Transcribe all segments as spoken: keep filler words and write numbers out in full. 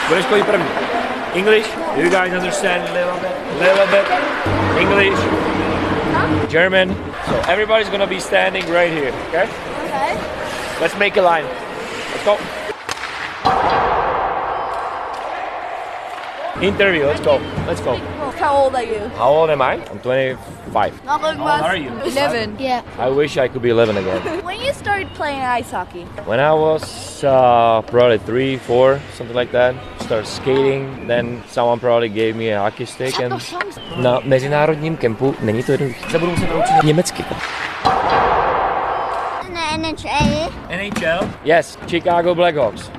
Budeš chodit první. English? Do you guys understand a little bit? A little bit? English? German? So everybody's gonna be standing right here, okay? Okay. Let's make a line. Let's go. Interview, let's go. Let's go. How old are you? How old am I? I'm twenty-five. Not How old are you? eleven. Yeah. I wish I could be eleven again. When you started playing ice hockey? When I was uh, probably three, four, something like that, started skating, then someone probably gave me a hockey stick and... Na mezinárodním kempu není to jednoduché. Se budu muset naučit německy. N H L? N H L? Yes, Chicago Blackhawks.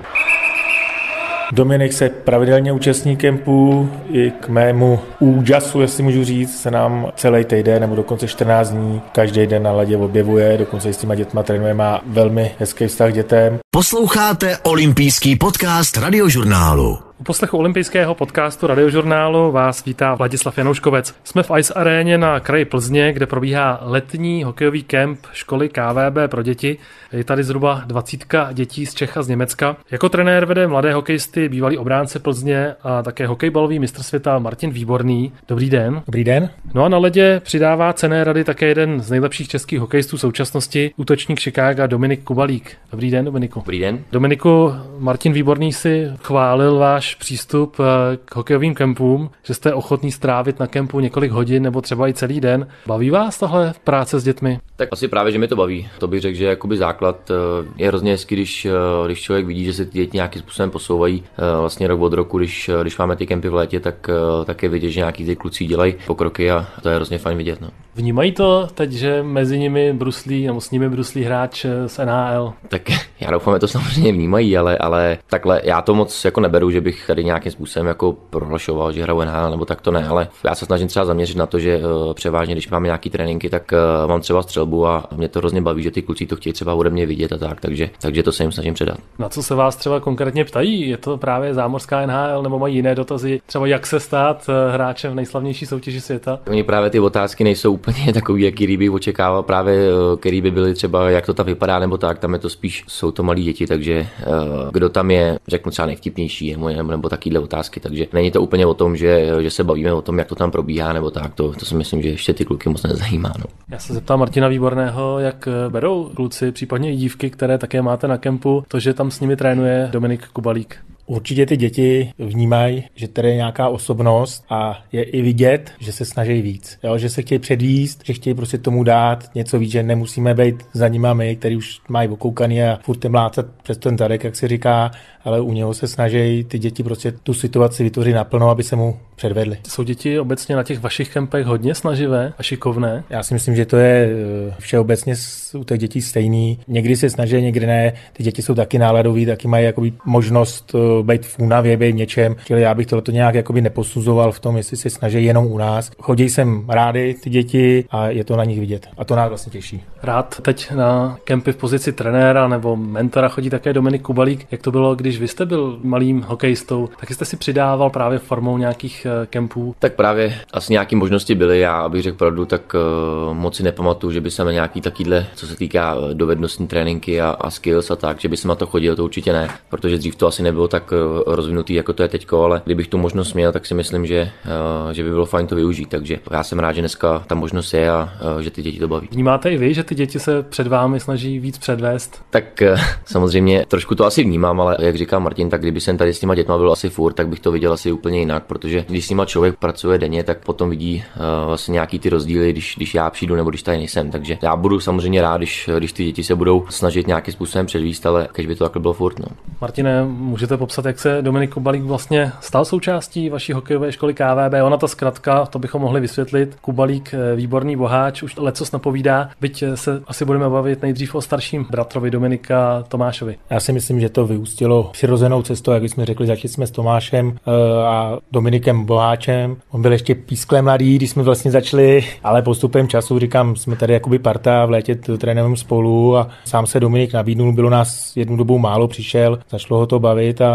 Dominik se pravidelně účastní kempů, i k mému úžasu, jestli můžu říct, se nám celý týden nebo dokonce čtrnáct dní každý den na ledě objevuje, dokonce i s těma dětma trénuje, má velmi hezký vztah k dětem. Posloucháte olympijský podcast Radiožurnálu. U poslechu olympijského podcastu Radiožurnálu vás vítá Vladislav Janouškovec. Jsme v Ice aréně na kraji Plzně, kde probíhá letní hokejový kemp školy K V B pro děti. Je tady zhruba dvacítka dětí z Čech a z Německa. Jako trenér vede mladé hokejisty bývalý obránce Plzně a také hokejbalový mistr světa Martin Výborný. Dobrý den. Dobrý den. No a na ledě přidává cenné rady také jeden z nejlepších českých hokejistů současnosti, útočník Chicaga Dominik Kubalík. Dobrý den, Dominiku. Dobrý den. Dominiku, Martin Výborný si chválil váš přístup k hokejovým kempům, že jste ochotný strávit na kempu několik hodin nebo třeba i celý den. Baví vás tohle práce s dětmi? Tak asi právě, že mi to baví. To bych řekl, že jakoby základ je hrozně hezký, když, když člověk vidí, že se ty děti nějakým způsobem posouvají vlastně rok od roku, když, když máme ty kempy v létě, tak, tak je vidět, že nějaký ty kluci dělají pokroky a to je hrozně fajn vidět. No. Vnímají to teď, že mezi nimi bruslí, nebo s nimi bruslí hráč z N H L? Tak já doufám, že to samozřejmě vnímají, ale, ale takhle já to moc jako neberu, že bych tady nějakým způsobem jako prohlašoval, že hraju N H L nebo tak to ne, ale já se snažím třeba zaměřit na to, že uh, převážně, když máme nějaký tréninky, tak uh, mám třeba střelbu a mě to hrozně baví, že ty kluci to chtějí třeba ode mě vidět a tak, takže, takže to se jim snažím předat. Na co se vás třeba konkrétně ptají? Je to právě zámořská N H L nebo mají jiné dotazy? Třeba jak se stát hráčem v nejslavnější soutěži světa? Oni právě ty otázky nejsou úplně takový, jaký by očekával, právě který by byly třeba, jak to tam vypadá nebo tak, tam je to spíš, jsou to malí děti, takže uh, kdo tam je, řeknu třeba nejvtipnější nebo, nebo takovýhle otázky, takže není to úplně o tom, že, že se bavíme o tom, jak to tam probíhá nebo tak, to, to si myslím, že ještě ty kluky moc nezajímá. No. Já se zeptám Martina Výborného, jak berou kluci, případně i dívky, které také máte na kempu, to, že tam s nimi trénuje Dominik Kubalík. Určitě ty děti vnímají, že tady je nějaká osobnost a je i vidět, že se snaží víc. Jo? Že se chtějí předvíst, že chtějí prostě tomu dát něco víc, že nemusíme být za nima my, který už mají okoukaný a furt je mlácat přes ten zadek, jak se říká, ale u něho se snaží ty děti prostě tu situaci vytvořit naplno, aby se mu předvedli. Jsou děti obecně na těch vašich kempech hodně snaživé a šikovné? Já si myslím, že to je všeobecně u těch dětí stejný. Někdy se snaží, někdy ne. Ty děti jsou taky náladový, taky mají jakoby možnost být v únavě, být v něčem. Čili já bych tohleto nějak jakoby neposuzoval v tom, jestli se snaží jenom u nás. Chodí sem rádi ty děti a je to na nich vidět. A to nás vlastně těší. Rád teď na kempy v pozici trenéra nebo mentora chodí také Dominik Kubalík. Jak to bylo, když vy jste byl malým hokejistou, tak jste si přidával právě formou nějakých kempů? Tak právě asi nějaké možnosti byly. Já, abych řekl pravdu, tak uh, moc si nepamatuju, že by se nějaký takýhle, co se týká dovednostní tréninky a, a skills a tak, že by se na to chodil, to určitě ne, protože dřív to asi nebylo tak rozvinutý, jako to je teďko, ale kdybych tu možnost měl, tak si myslím, že, uh, že by bylo fajn to využít, takže já jsem rád, že dneska ta možnost je a uh, že ty děti to baví. Vnímáte i vy, že ty děti se před vámi snaží víc předvést? Tak uh, samozřejmě trošku to asi vnímám, ale jak říká Martin, tak kdyby jsem tady s těma dětma byl asi furt, tak bych to viděl asi úplně jinak, protože když s nima člověk pracuje denně, tak potom vidí uh, vlastně nějaký ty rozdíly, když, když já přijdu nebo když tady nejsem, takže já budu samozřejmě rád, když, když ty děti se budou snažit nějakým způsobem předvíst, ale když by to takhle bylo furt. No. Martine, můžete popsat, jak se Dominik Kubalík vlastně stal součástí vaší hokejové školy K V B? Ona ta zkratka, to bychom mohli vysvětlit. Kubalík, výborný boháč, už lecos napovídá, byť se asi budeme bavit nejdřív o starším bratrovi Dominika Tomášovi. Já si myslím, že to vyústilo přirozenou cestou, jak jsme řekli, začali jsme s Tomášem a Dominikem Boháčem. On byl ještě písklé mladý, když jsme vlastně začali, ale postupem času, říkám, jsme tady jakoby parta, v létě trénujeme spolu a sám se Dominik nabídnul, bylo nás jednu dobu málo, přišel, začalo ho to bavit a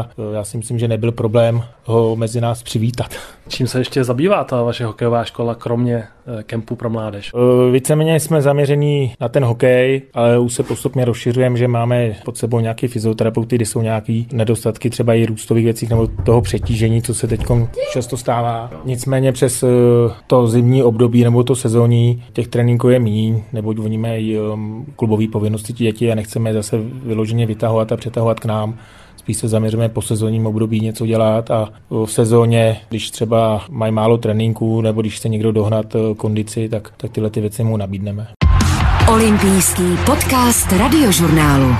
a já si myslím, že nebyl problém ho mezi nás přivítat. Čím se ještě zabývá ta vaše hokejová škola, kromě kempu pro mládež? Víceméně jsme zaměření na ten hokej, ale už se postupně rozšiřujeme, že máme pod sebou nějaký fyzioterapeuty, kde jsou nějaký nedostatky třeba i růstových věcí nebo toho přetížení, co se teď často stává. Nicméně přes to zimní období nebo to sezónní těch tréninků je míň, neboť oni mají klubové povinnosti ti děti a nechceme zase vyloženě vytahovat a přetahovat k nám. Spíš se zaměříme po sezónním období něco dělat a v sezóně, když třeba mají málo tréninků nebo když chce někdo dohnat kondici, tak, tak tyhle ty věci mu nabídneme. Olympijský podcast Radiožurnálu.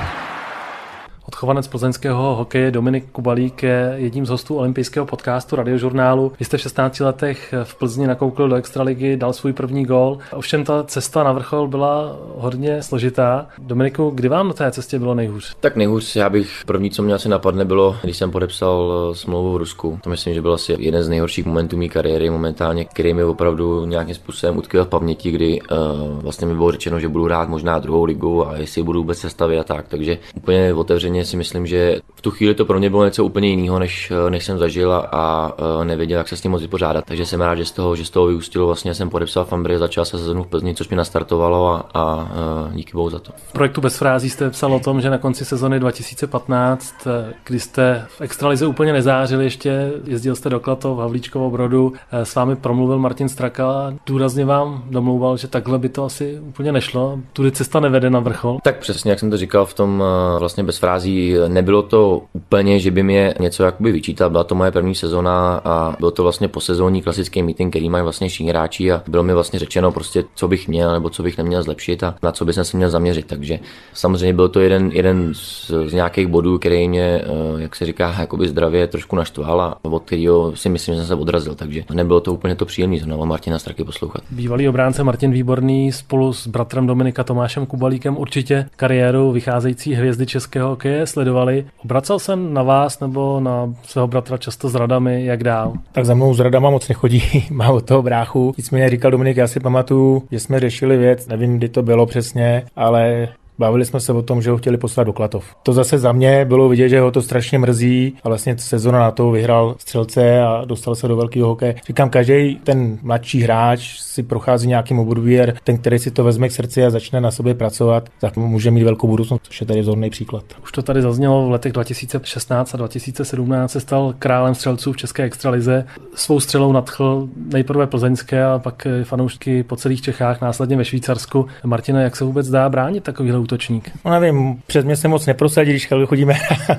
Odchovanec plzeňského hokeje Dominik Kubalík je jedním z hostů olympijského podcastu Radiožurnálu. Vy jste v šestnácti letech v Plzni nakoukl do extraligy, dal svůj první gól. Ovšem ta cesta na vrchol byla hodně složitá. Dominiku, kdy vám na té cestě bylo nejhůř? Tak nejhůř, já bych první, co mě asi napadne, bylo, když jsem podepsal smlouvu v Rusku. To myslím, že byl asi jeden z nejhorších momentů mé kariéry momentálně, který mi opravdu nějakým způsobem utkvěl v paměti, kdy uh, vlastně mi bylo řečeno, že budu hrát možná druhou ligu a jestli budu vůbec sestavit a tak. Takže úplně otevřeně si myslím, že v tu chvíli to pro mě bylo něco úplně jiného, než, než jsem zažil a, a nevěděl, jak se s tím moc vypořádat. Takže jsem rád, že z toho, že z toho vyústilo, vlastně jsem podepsal v Ambry, začal se sezónu v Plzni, což mě nastartovalo a, a, a díky bohu za to. V projektu Bez frází jste psal o tom, že na konci sezony dva tisíce patnáct, kdy jste v extralize úplně nezářili ještě, jezdil jste do Klatov, Havlíčkovo Brodu, s vámi promluvil Martin Straka a důrazně vám domlouval, že takhle by to asi úplně nešlo. Tudy cesta nevede na vrchol. Tak přesně, jak jsem to říkal v tom vlastně Bez frází, nebylo to úplně, že by mě něco jakoby vyčítal, byla to moje první sezona a byl to vlastně posezónní klasický meeting, který mají vlastně všichni hráči a bylo mi vlastně řečeno prostě, co bych měl nebo co bych neměl zlepšit a na co bych se měl zaměřit. Takže samozřejmě byl to jeden, jeden z, z nějakých bodů, který mě, jak se říká, jakoby zdravě trošku naštval a od kterého si myslím, že jsem se odrazil, takže nebylo to úplně to příjemné znovu Martina Straky poslouchat. Bývalý obránce Martin Výborný spolu s bratrem Dominika Tomášem Kubalíkem určitě kariéru vycházející hvězdy českého hokeje sledovali. Obracel jsem na vás nebo na svého bratra často s radami, jak dál? Tak za mnou s radama moc nechodí, má od toho bráchu. Nicméně říkal Dominik, já si pamatuju, že jsme řešili věc, nevím, kdy to bylo přesně, ale bavili jsme se o tom, že ho chtěli poslat do Klatov. To zase za mě bylo vidět, že ho to strašně mrzí a vlastně sezona na to vyhrál střelce a dostal se do velkého hokeje. Říkám, každý ten mladší hráč si prochází nějakým období, ten, který si to vezme k srdci a začne na sobě pracovat, tak může mít velkou budoucnost, což je tady vzorný příklad. Už to tady zaznělo, v letech dva tisíce šestnáct a dva tisíce sedmnáct se stal králem střelců v české extralize. Svou střelou nadchl nejprve plzeňské a pak fanoušky po celých Čechách, následně ve Švýcarsku. Martina, jak se vůbec dá bránit takovýhle útočník? No nevím, přes mě se moc neprosadí, když chodíme hrát.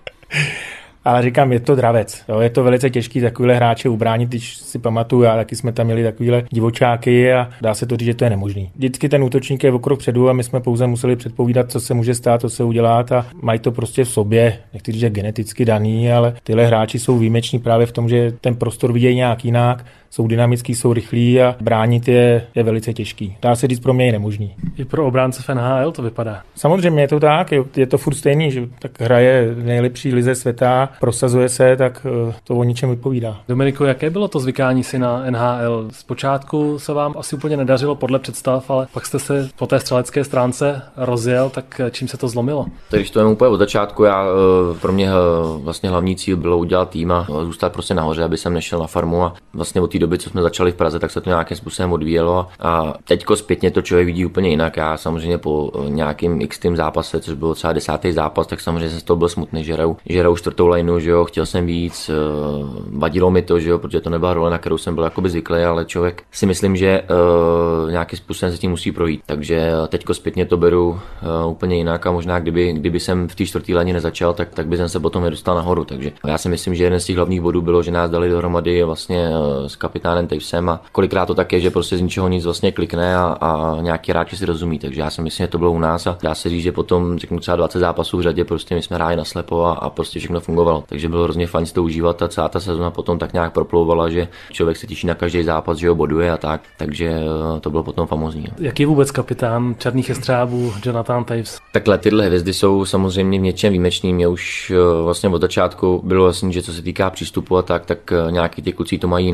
Ale říkám, je to dravec. Jo, je to velice těžký takovýhle hráče ubránit, když si pamatuju, já taky jsme tam měli takovýhle divočáky a dá se to říct, že to je nemožný. Vždycky ten útočník je o krok předu a my jsme pouze museli předpovídat, co se může stát, co se udělá a mají to prostě v sobě, nechci říct, že geneticky daný, ale tyhle hráči jsou výjimeční právě v tom, že ten prostor vidějí nějak jinak, jsou dynamický, jsou rychlí a bránit je, je velice těžký. Dá se říct, pro mě je nemožný. I pro obránce v N H L to vypadá. Samozřejmě je to tak, je to furt stejný, že tak hraje v nejlepší lize světa, prosazuje se, tak to o ničem vypovídá. Dominiku, jaké bylo to zvykání si na N H L? Zpočátku se vám asi úplně nedařilo podle představ, ale pak jste se po té střelecké stránce rozjel, tak čím se to zlomilo? Tak když to jen úplně od začátku, já, pro mě vlastně hlavní cíl bylo udělat tým a zůstat prostě nahoře, aby jsem nešel na farmu a vlastně od té doby, co jsme začali v Praze, tak se to nějakým způsobem odvíjelo a teďko zpětně to člověk vidí úplně jinak. Já samozřejmě po nějakým x tým zápase, což bylo třeba desátý zápas, tak samozřejmě jsem z toho byl smutný, že hraju, že hraju čtvrtou lineu, že jo, chtěl jsem víc, vadilo mi to, že jo, protože to nebyla role, na kterou jsem byl jakoby zvyklý, ale člověk si myslím, že uh, nějakým způsobem se tím musí projít. Takže teďko zpětně to beru uh, úplně jinak a možná kdyby, kdyby jsem v té čtvrtý lani nezačal, tak, tak by jsem se potom nedostal nahoru. Takže já si myslím, že jeden z těch hlavních bodů bylo, že nás dali dohromady vlastně uh, s kapitánem Tavesem a kolikrát to tak je, že prostě z ničeho nic vlastně klikne a, a nějaký hráči si rozumí. Takže já si myslím, že to bylo u nás a dá se říct, že potom řeknu třeba dvacet zápasů v řadě, prostě my jsme hráli naslepo a, a prostě všechno fungovalo. Takže bylo hrozně fajn si to užívat a celá ta sezona potom tak nějak proplouvala, že člověk se těší na každý zápas, že ho boduje a tak. Takže to bylo potom famózní. Jaký je vůbec kapitán černých jestřábů Jonathan Toews? Takhle tyhle hvězdy jsou samozřejmě v něčem výjimečný. Mě už vlastně od začátku bylo vlastně, že co se týká přístupu a tak, tak nějaký ty kluci to mají jinak, což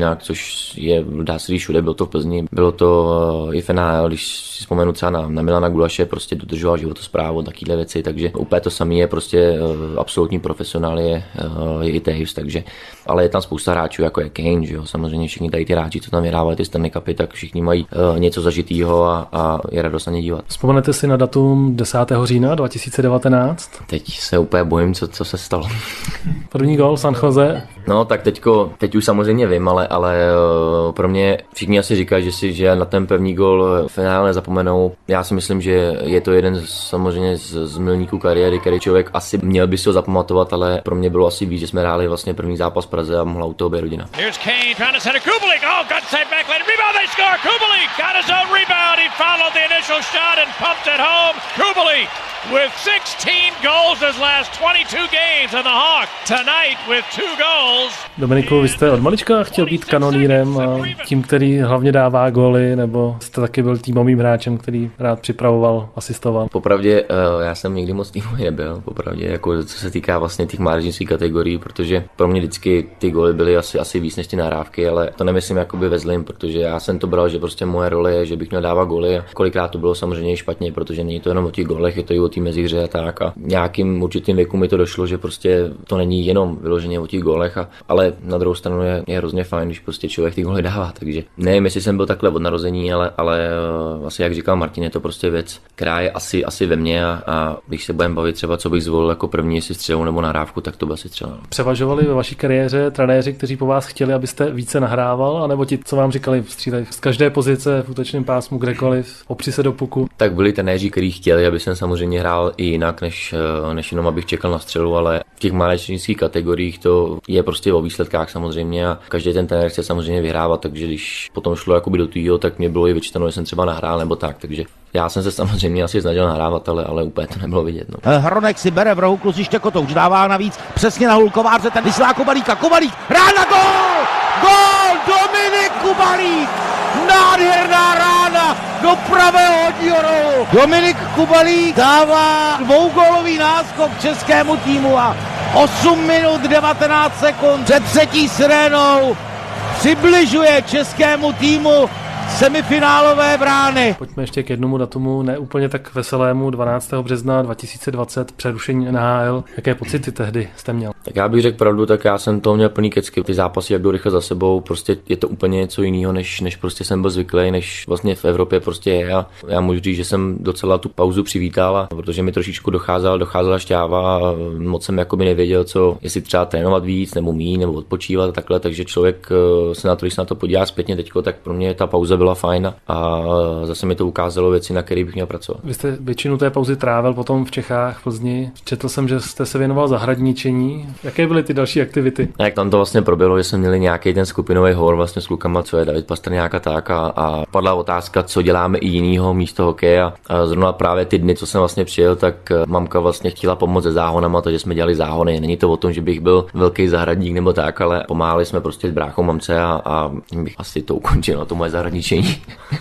už je, dá se říct všude, bylo to v Plzni, bylo to i v N H L, když si vzpomenu třeba na, na Milana Gulaše, prostě dodržoval životosprávu, takovéhle věci, takže úplně to samé je prostě absolutní profesionál je, je i Taves, takže, ale je tam spousta hráčů, jako je Kane, že jo, samozřejmě všichni tady ty hráči, co tam vyhrávají ty Stanley Cupy, tak všichni mají uh, něco zažitýho a, a je radost na ně dívat. Vzpomenete si na datum desátého října dva tisíce devatenáct? Teď se úplně bojím, co, co se stalo. První gól San Jose? No tak teďko, teď už samozřejmě vím, ale, ale uh, pro mě všichni asi říkají, že si že na ten první gól finálně zapomenou. Já si myslím, že je to jeden z, samozřejmě z, z milníků kariéry, který člověk asi měl by si ho zapamatovat, ale pro mě bylo asi víc, že jsme hráli vlastně první zápas v Praze a mohla u toho být rodina. Here's Kane trying to center Kubalik. Oh, good save back later. Rebound, they score. Kubalik got his own rebound. He followed the initial shot and pumped it home. Kubalik with sixteen goals his last twenty-two games, and the Hawk tonight with two goals. Dominiku, vy jste od malička chtěl být kanonýrem a tím, který hlavně dává góly, nebo jste taky byl týmovým hráčem, který rád připravoval, asistoval? Popravdě já jsem nikdy moc týmový nebyl, popravdě, jako co se týká vlastně těch mládežnických kategorií, protože pro mě vždycky ty góly byly asi, asi víc než ty nahrávky, ale to nemyslím jakoby ve zlým, protože já jsem to bral, že prostě moje role je, že bych měl dávat góly a kolikrát to bylo samozřejmě špatně, protože není to jenom o těch gólech, je to i o té mezihře a tak a nějakým určitým věku mi to došlo, že prostě to není jenom vyloženě o těch gólech, a, ale na druhou stranu je, je hrozně fajn, když prostě člověk ty góly dává, takže nevím, jestli jsem byl takhle od narození, ale, ale asi jak říkal Martin, je to prostě věc, která je asi, asi ve mně a, a když se budeme bavit třeba, co bych zvolil jako první, jestli střelu nebo nahrávku, tak to by asi střela. Převažovali ve vaší kariéře trenéři, kteří po vás chtěli, abyste více nahrával, anebo ti, co vám říkali, střílej z každé pozice v útočném pásmu kdekoliv, opři se do puku? Tak byli trenéři, kteří chtěli, aby jsem samozřejmě hrál i jinak, než, než jenom abych čekal na střelu, ale v těch mládežnických kategoriích to je prostě o výsledkách samozřejmě a každý ten trenér chce samozřejmě vyhrávat, takže když potom šlo jakoby do týho, tak mě bylo i vyčteno, že jsem třeba nahrál nebo tak, takže já jsem se samozřejmě asi snažil nahrávat, ale, ale úplně to nebylo vidět. No. Hronek si bere v rohu kluziště Kotouč, dává navíc přesně na Hulkováře, ten vyslá Kubalíka, Kubalík, rána, gól! Gól! Dominik Kubalík! Nádherná rána do pravého hodního rohu. Dominik Kubalík dává dvougólový náskok českému týmu a osm minut devatenáct sekund před třetí sirénou přibližuje českému týmu semifinálové brány. Pojďme ještě k jednomu datumu, ne úplně tak veselému, dvanáctého března dva tisíce dvacet, přerušení N H L. Jaké pocity tehdy jste měl? Tak já bych řekl pravdu, tak já jsem toho měl plný kecky. Ty zápasy, jak jdou rychle za sebou, prostě je to úplně něco jiného, než, než prostě jsem byl zvyklý, než vlastně v Evropě prostě je. A já můžu říct, že jsem docela tu pauzu přivítal, protože mi trošičku docházela, docházela šťáva a moc jsem jakoby nevěděl, co, jestli třeba trénovat víc, nebo míň, nebo odpočívat a takhle, takže člověk se na to, když se na to podívá zpětně teďko, tak pro mě ta pauza byla fajn a zase mi to ukázalo věci, na které bych měl pracovat. Vy jste většinu té pauzy trávil potom v Čechách, v Plzni. Četl jsem, že jste se věnoval zahradničení. Jaké byly ty další aktivity? A jak tam to vlastně proběhlo, že jsme měli nějaký ten skupinový hor vlastně s klukama, co je David Pastrňák a tak a, a padla otázka, co děláme i jinýho místo hokeje a, a zrovna právě ty dny, co jsem vlastně přijel, tak mamka vlastně chtěla pomoct se záhonama, takže jsme dělali záhony. Není to o tom, že bych byl velký zahradník nebo tak, ale pomáhali jsme prostě s bráchou mamce a, a bych asi to ukončil, to moje zahradničení.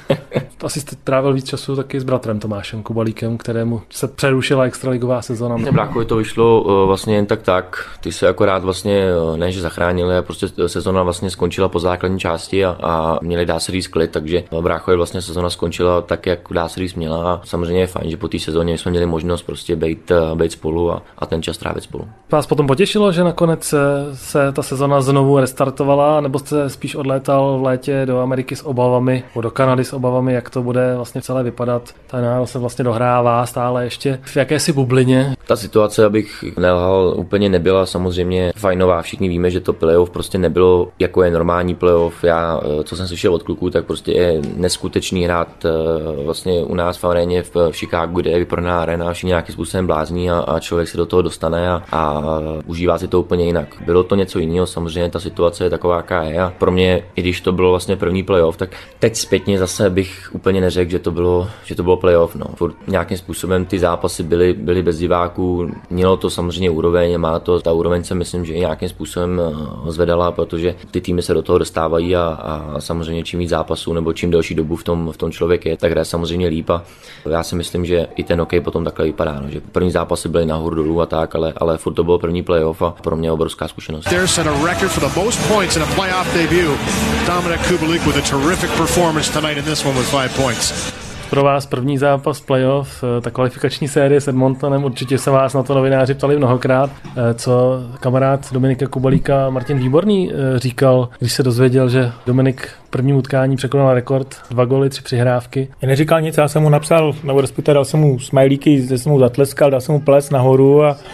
Asi jste trávil víc času taky s bratrem Tomášem Kubalíkem, kterému se přerušila extraligová sezona. Bráchovi to vyšlo vlastně jen tak tak. Ty se akorát vlastně, ne že zachránili, prostě sezona vlastně skončila po základní části a, a měli dá se říct klid, takže bráchovi vlastně sezona skončila tak, jak dá se říct měla a samozřejmě je fajn, že po té sezóně jsme měli možnost prostě být, být spolu a, a ten čas trávit spolu. Vás potom potěšilo, že nakonec se, se ta sezona znovu restartovala, nebo jste spíš odlétal v létě do Ameriky s obavami, do Kanady s obavami, jak to bude vlastně celé vypadat. Ta N H L se vlastně dohrává stále ještě v jakési bublině. Ta situace, abych nelhal, úplně nebyla samozřejmě fajnová. Všichni víme, že to playoff prostě nebylo jako je normální playoff. Já, co jsem slyšel od kluků, tak prostě je neskutečný hrát vlastně u nás v aréně v Chicagu, kde je vyprodaná arena, všichni nějakým způsobem blázní a, a člověk se do toho dostane a, a užívá si to úplně jinak. Bylo to něco jiného, samozřejmě ta situace je taková, jaká je. A pro mě, i když to bylo vlastně první playoff, tak teď zpětně zase bych úplně neřekl, že to bylo, že to bylo playoff. No. Furt nějakým způsobem ty zápasy byly, byly bez diváků, mělo to samozřejmě úroveň, má to, ta úroveň se myslím, že nějakým způsobem zvedala, protože ty týmy se do toho dostávají a, a samozřejmě čím víc zápasů nebo čím delší dobu v tom, v tom člověk je, tak hraje samozřejmě líp a já si myslím, že i ten hokej potom takhle vypadá, no, že první zápasy byly nahoru dolů a tak, ale, ale furt to bylo první playoff a pro mě obrovská zkušenost. Dominik Kubalik with a terrific performance tonight in this one with five points. Pro vás první zápas playoff, ta kvalifikační série s Edmontonem, určitě se vás na to novináři ptali mnohokrát. Co kamarád Dominika Kubalíka Martin Výborný říkal, když se dozvěděl, že Dominik prvním utkání překonal rekord, dva góly, tři přihrávky. Já neříkal nic, já jsem mu napsal, nebo respektive dal jsem mu smajlíky, jsem mu zatleskal, dal jsem mu ples nahoru a...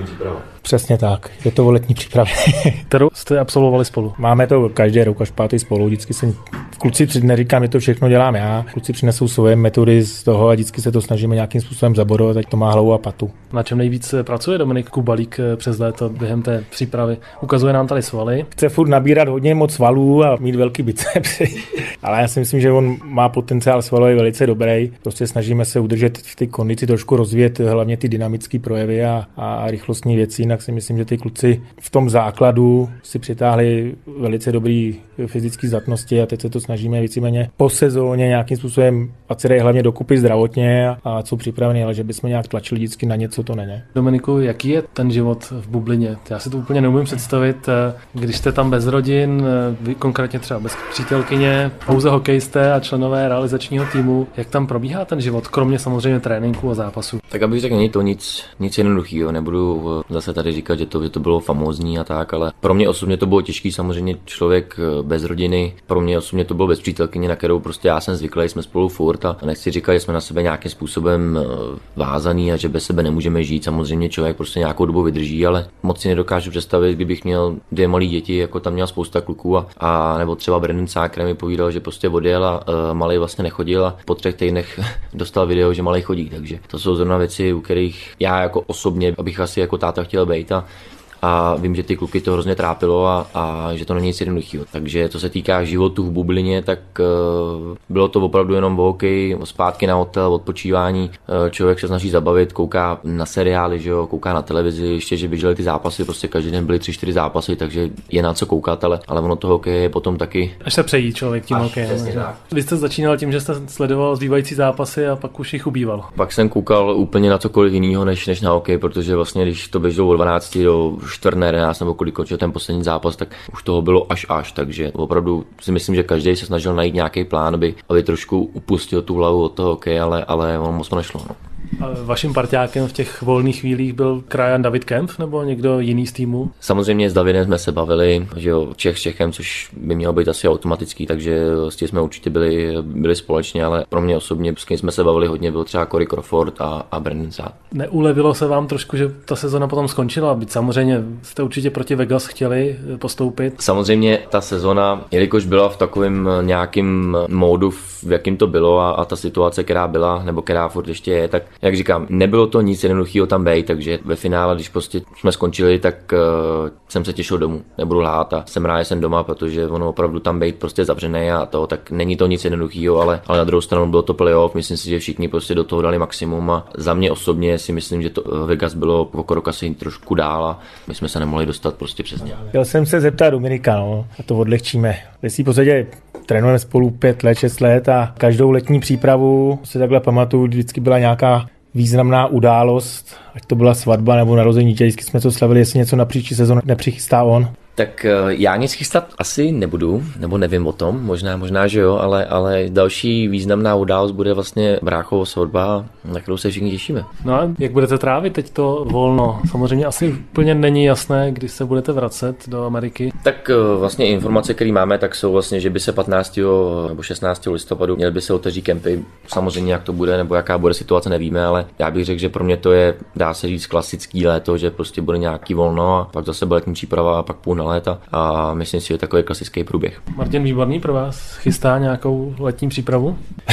Přesně tak, je to o letní přípravě. Kterou jste absolvovali spolu? Máme to každý rok až pátý spolu, vždycky jsem, kluci při, neříkám, že to všechno dělám já, kluci přinesou svoje metody z toho a vždycky se to snažíme nějakým způsobem zabodovat, ať to má hlavu a patu. Na čem nejvíc pracuje Dominik Kubalík přes léto během té přípravy? Ukazuje nám tady svaly. Chce furt nabírat hodně moc svalů a mít velký bicepsy, ale já si myslím, že on má potenciál svalový velice dobrý. Prostě snažíme se udržet v té kondici, trošku rozvíjet hlavně ty dynamické projevy a, a rychlostní věci. Jinak si myslím, že ty kluci v tom základu si přitáhli velice dobrý fyzické zdatnosti a teď se to snažíme víceméně po sezóně nějakým způsobem a se dají hlavně dokupy zdravotně a, a jsou připraveni, ale že bychom nějak tlačili vždycky na něco, to ne. Dominiku, jaký je ten život v bublině? Já si to úplně neumím představit, když jste tam bez rodin, vy konkrétně třeba bez přítelkyně, pouze hokejisté a členové realizačního týmu. Jak tam probíhá ten život, kromě samozřejmě tréninku a zápasu? Tak abych řekl, není to nic, nic jednoduchého, nebudu zase tady říkat, že to, že to bylo famózní a tak, ale pro mě osobně to bylo těžký, samozřejmě člověk bez rodiny, pro mě osobně to bylo bez přítelkyně, na kterou prostě já jsem zvyklý, jsme spolu furt a nechci říkat, že jsme na sebe nějakým způsobem vázaný a že bez sebe nemůžeme žít, samozřejmě člověk prostě nějakou dobu vydrží, ale moc si nedokážu představit, kdybych měl dvě malé děti, jako tam měl spousta kluků a, a nebo třeba Brandon Sáker mi povídal, že prostě odjel a uh, malej vlastně nechodil a po třech týdnech dostal video, že malej chodí, takže to jsou zrovna věci, u kterých já jako osobně, abych asi jako táta chtěl být a a vím, že ty kluky to hrozně trápilo a, a že to není nic jednoduchého. Takže co se týká životu v bublině, tak uh, bylo to opravdu jenom o hokej, zpátky na hotel, odpočívání. Uh, člověk se snaží zabavit, kouká na seriály, že jo, kouká na televizi, ještě, že běžely ty zápasy, prostě každý den byly tři, čtyři zápasy, takže je na co koukat, ale, ale ono to hokej je potom taky... Až se přejí člověk tím hokejem. Vy jste začínal tím, že jste sledoval zbývající zápasy a pak už jich ubýval. Pak jsem koukal úplně na cokoliv jiného než, než na hokej, protože vlastně když to běželo od dvanácti do čtvrtné jedenáct nebo kolik končil ten poslední zápas, tak už toho bylo až až, takže opravdu si myslím, že každý se snažil najít nějaký plán, aby, aby trošku upustil tu hlavu od toho hokeje, ale, ale ono moc to nešlo. No. A vaším parťákem v těch volných chvílích byl krajan David Kempf nebo někdo jiný z týmu? Samozřejmě s Davidem jsme se bavili, že jo, Čech s Čechem, což by mělo být asi automatický, takže s tím jsme určitě byli, byli společně, ale pro mě osobně, s kým jsme se bavili hodně, byl třeba Corey Crawford a, a Brandon Saad. Neulevilo se vám trošku, že ta sezona potom skončila? Byť samozřejmě jste určitě proti Vegas chtěli postoupit. Samozřejmě ta sezona, jelikož byla v takovém nějakém módu, v jakým to bylo a, a ta situace, která byla, nebo která furt ještě je, tak jak říkám, nebylo to nic jednoduchého tam být, takže ve finále, když prostě jsme skončili, tak uh, jsem se těšil domů, nebudu lhát a jsem rád, že jsem doma, protože ono opravdu tam být prostě zavřený a to, tak není to nic jednoduchého, ale, ale na druhou stranu bylo to playoff, myslím si, že všichni prostě do toho dali maximum a za mě osobně si myslím, že to Vegas bylo o krok asi trošku dál a my jsme se nemohli dostat prostě přes ně. Chtěl jsem se zeptat Dominika, no, a to odlehčíme. Vy si v podstatě trénujeme spolu pět let, šest let a každou letní přípravu si takhle pamatuju, vždycky byla nějaká významná událost, ať to byla svatba nebo narození, vždycky jsme to slavili, jestli něco na příští sezónu nepřichystá on. Tak já nic chystat asi nebudu, nebo nevím o tom, možná, možná, že jo, ale, ale další významná událost bude vlastně bráchovo svatba, na kterou se všichni těšíme. No a jak budete trávit teď to volno? Samozřejmě asi úplně není jasné, kdy se budete vracet do Ameriky. Tak vlastně informace, které máme, tak jsou vlastně, že by se patnáctého nebo šestnáctého listopadu měly by se otevřít kempy. Samozřejmě jak to bude, nebo jaká bude situace, nevíme, ale já bych řekl, že pro mě to je, dá se říct, klasický léto, že prostě bude nějaký volno a pak zase bude letní příprava a pak půl na léta a myslím si, že takový klasický průběh. Martin Výborný pro vás chystá nějakou letní přípravu?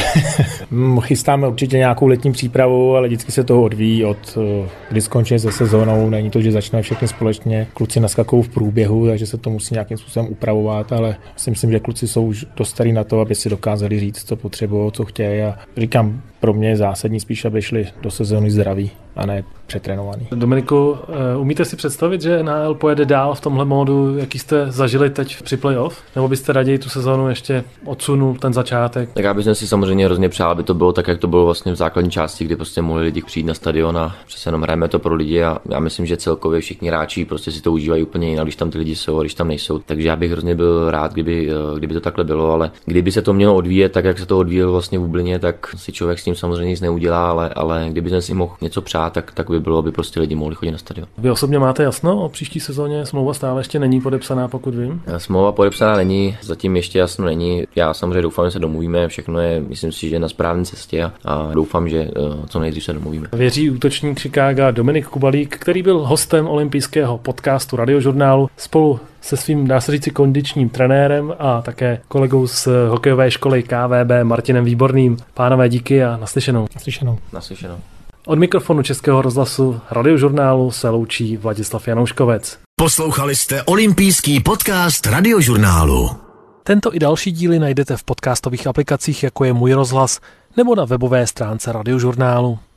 Chystáme určitě nějakou letní přípravu, ale vždycky se to odvíjí od, kdy skončí se sezónou. Není to, že začneme všechny společně. Kluci naskakují v průběhu, takže se to musí nějakým způsobem upravovat, ale si myslím, že kluci jsou už dost starí na to, aby si dokázali říct, co potřebují, co chtějí. A říkám, pro mě je zásadní spíš, aby šli do sezóny zdraví a ne přetrénovaný. Dominiku, umíte si představit, že N H L pojede dál v tomhle módu, jaký jste zažili teď při playoff? Nebo byste raději tu sezónu ještě odsunul ten začátek? Tak já bych si samozřejmě hrozně přál, aby to bylo tak, jak to bylo vlastně v základní části, kdy prostě mohli lidi přijít na stadion a přece jenom hrajeme to pro lidi a já myslím, že celkově všichni hráči prostě si to užívají úplně jinak, když tam ty lidi jsou a když tam nejsou. Takže já bych hrozně byl rád, kdyby, kdyby to takhle bylo, ale kdyby se to mělo odvíjet tak, jak se to odvíjelo vlastně v Lublině, tak si člověk s tím samozřejmě nic neudělá, ale, ale kdyby si mohl něco přát, tak, tak by bylo, aby prostě lidi mohli chodit na stadion. Vy osobně máte jasno o příští sezóně? Smlouva stále ještě není podepsaná, pokud vím. Smlouva podepsaná není, zatím ještě jasno není. Já samozřejmě doufám, že se domluvíme, všechno je, myslím si, že na správné cestě a, a doufám, že uh, co nejdřív se domluvíme. Věří útočník Chicaga Dominik Kubalík, který byl hostem olympijského podcastu Radiožurnálu spolu se svým, dá se říci, kondičním trenérem a také kolegou z hokejové školy K V B Martinem Výborným. Pánové, díky a naslyšenou. Naslyšenou. Naslyšenou. Od mikrofonu Českého rozhlasu Radiožurnálu se loučí Vladislav Janouškovec. Poslouchali jste olympijský podcast Radiožurnálu. Tento i další díly najdete v podcastových aplikacích, jako je Můj rozhlas, nebo na webové stránce Radiožurnálu.